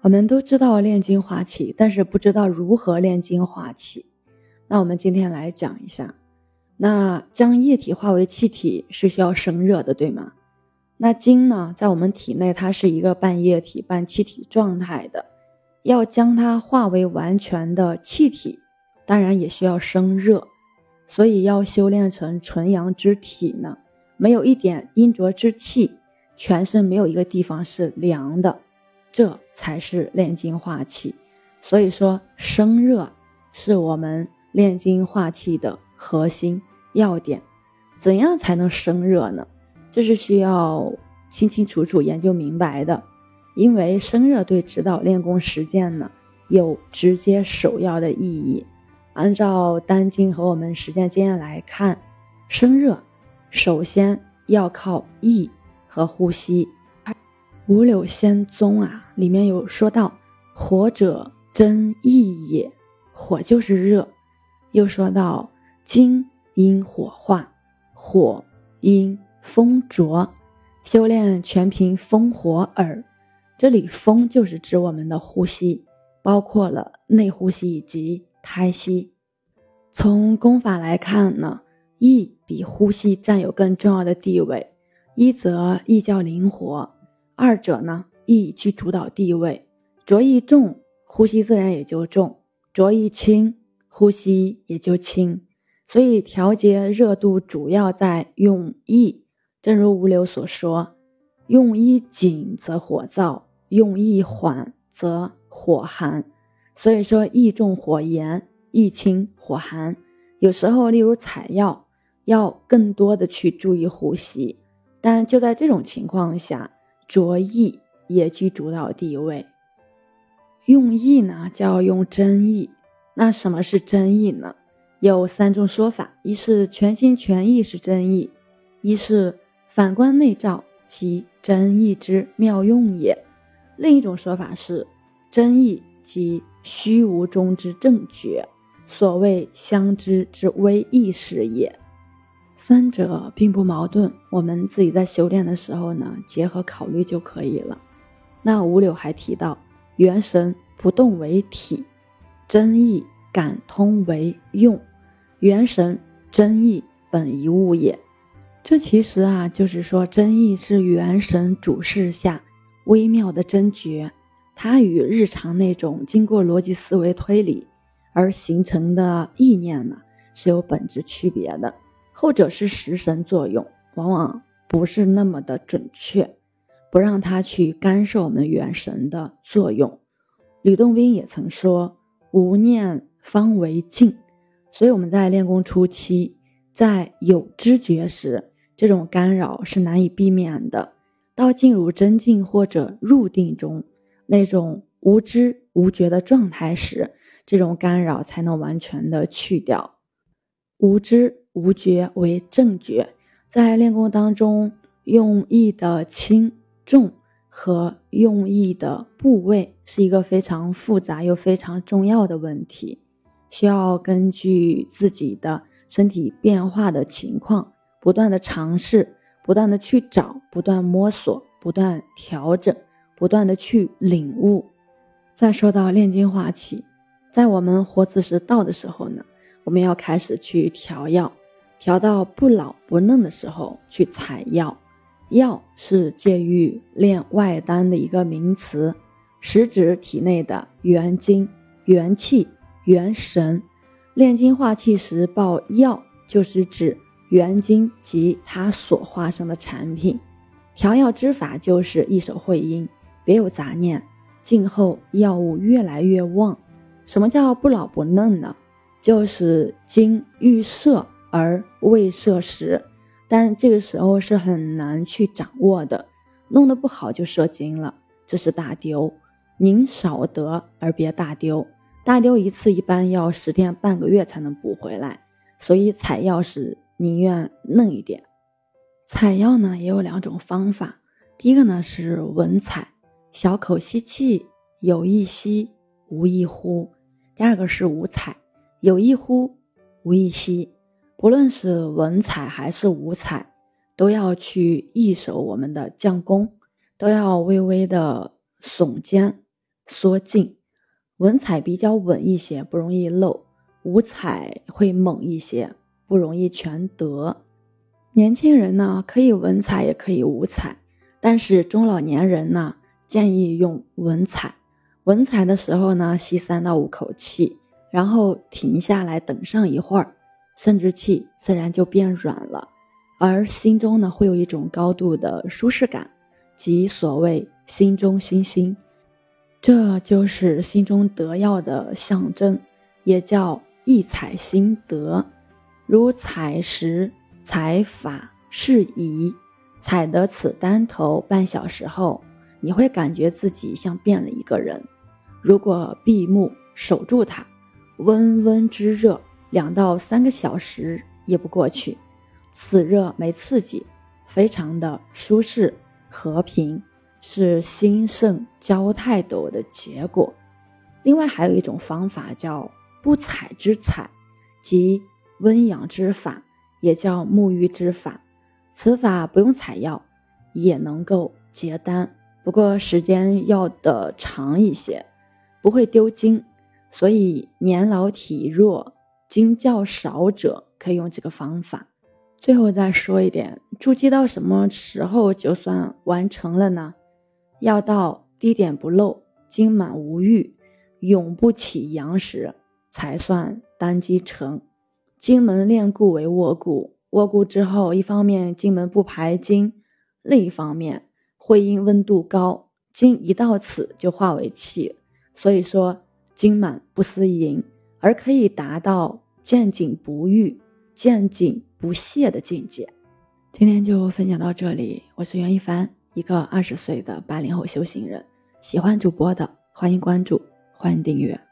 我们都知道炼精化气，但是不知道如何炼精化气。那我们今天来讲一下，那将液体化为气体是需要生热的，对吗？那精呢，在我们体内它是一个半液体半气体状态的，要将它化为完全的气体，当然也需要生热。所以要修炼成纯阳之体呢，没有一点阴浊之气，全身没有一个地方是凉的，这才是炼精化气。所以说生热是我们炼精化气的核心要点。怎样才能生热呢？这是需要清清楚楚研究明白的，因为生热对指导练功实践呢有直接首要的意义。按照丹经和我们实践经验来看，生热首先要靠意和呼吸。五柳仙宗里面有说到，火者真意也，火就是热。又说到精因火化，火因风灼，修炼全凭风火耳。这里风就是指我们的呼吸，包括了内呼吸以及胎息。从功法来看呢，意比呼吸占有更重要的地位。一则意较灵活，二者呢意居主导地位。浊意重，呼吸自然也就重；浊意轻，呼吸也就轻。所以调节热度主要在用意。正如吴流所说，用意紧则火燥，用意缓则火寒。所以说意重火炎，意轻火寒。有时候例如采药要更多的去注意呼吸，但就在这种情况下，浊意也居主导地位。用意呢就要用真意。那什么是真意呢？有三种说法，一是全心全意是真意，一是反观内照即真意之妙用也，另一种说法是真意即虚无中之正觉，所谓相知之微意识也。三者并不矛盾，我们自己在修炼的时候呢，结合考虑就可以了。那吴柳还提到，元神不动为体，真意感通为用，元神真意本一物也。这其实就是说真意是元神主事下微妙的真觉，它与日常那种经过逻辑思维推理而形成的意念呢是有本质区别的。后者是食神作用，往往不是那么的准确，不让它去干涉我们元神的作用。吕洞宾也曾说，无念方为静。所以我们在练功初期，在有知觉时，这种干扰是难以避免的。到进入真静或者入定中，那种无知无觉的状态时，这种干扰才能完全的去掉。无知无觉为正觉，在练功当中，用意的轻重和用意的部位是一个非常复杂又非常重要的问题，需要根据自己的身体变化的情况，不断的尝试，不断的去找，不断摸索，不断调整，不断的去领悟。再说到炼精化气，在我们活子时到的时候呢，我们要开始去调药，调到不老不嫩的时候去采药。药是介于炼外丹的一个名词，实指体内的元精、元气、元神。炼精化气时报药，就是指元精及它所化生的产品。调药之法就是一手会阴，别有杂念，静候药物越来越旺。什么叫不老不嫩呢？就是精欲摄而未摄时，但这个时候是很难去掌握的，弄得不好就摄精了，这是大丢。宁少得而别大丢，大丢一次一般要10天半个月才能补回来，所以采药时宁愿嫩一点。采药呢也有2种方法，第一个呢是稳采，小口吸气，有意吸，无意呼。第二个是无采，有意呼，无意吸。不论是稳采还是无采，都要去易守我们的将功，都要微微的耸肩。 缩进，文采比较稳一些，不容易漏，武采会猛一些，不容易全得。年轻人呢，可以文采也可以武采，但是中老年人呢，建议用文采。文采的时候呢，吸3到5口气，然后停下来等上一会儿，生殖器自然就变软了，而心中呢，会有一种高度的舒适感，即所谓心中星星，这就是心中得药的象征，也叫一采心得。如采石、采法、适宜，采得此丹头半小时后，你会感觉自己像变了一个人。如果闭目守住它，温温之热2到3个小时也不过去，此热没刺激，非常的舒适和平，是心肾交泰斗的结果。另外还有一种方法叫不采之采，即温养之法，也叫沐浴之法。此法不用采药也能够结丹，不过时间要的长一些，不会丢精，所以年老体弱、精较少者可以用这个方法。最后再说一点，筑基到什么时候就算完成了呢？要到滴点不漏、精满无郁、永不起阳时，才算丹基成。经门炼固为卧固，卧固之后，一方面经门不排精，另一方面会阴温度高，精一到此就化为气，所以说精满不思淫，而可以达到见景不郁、见景不泄的境界。今天就分享到这里，我是袁一凡，一个20岁的80后修行人。喜欢主播的欢迎关注，欢迎订阅。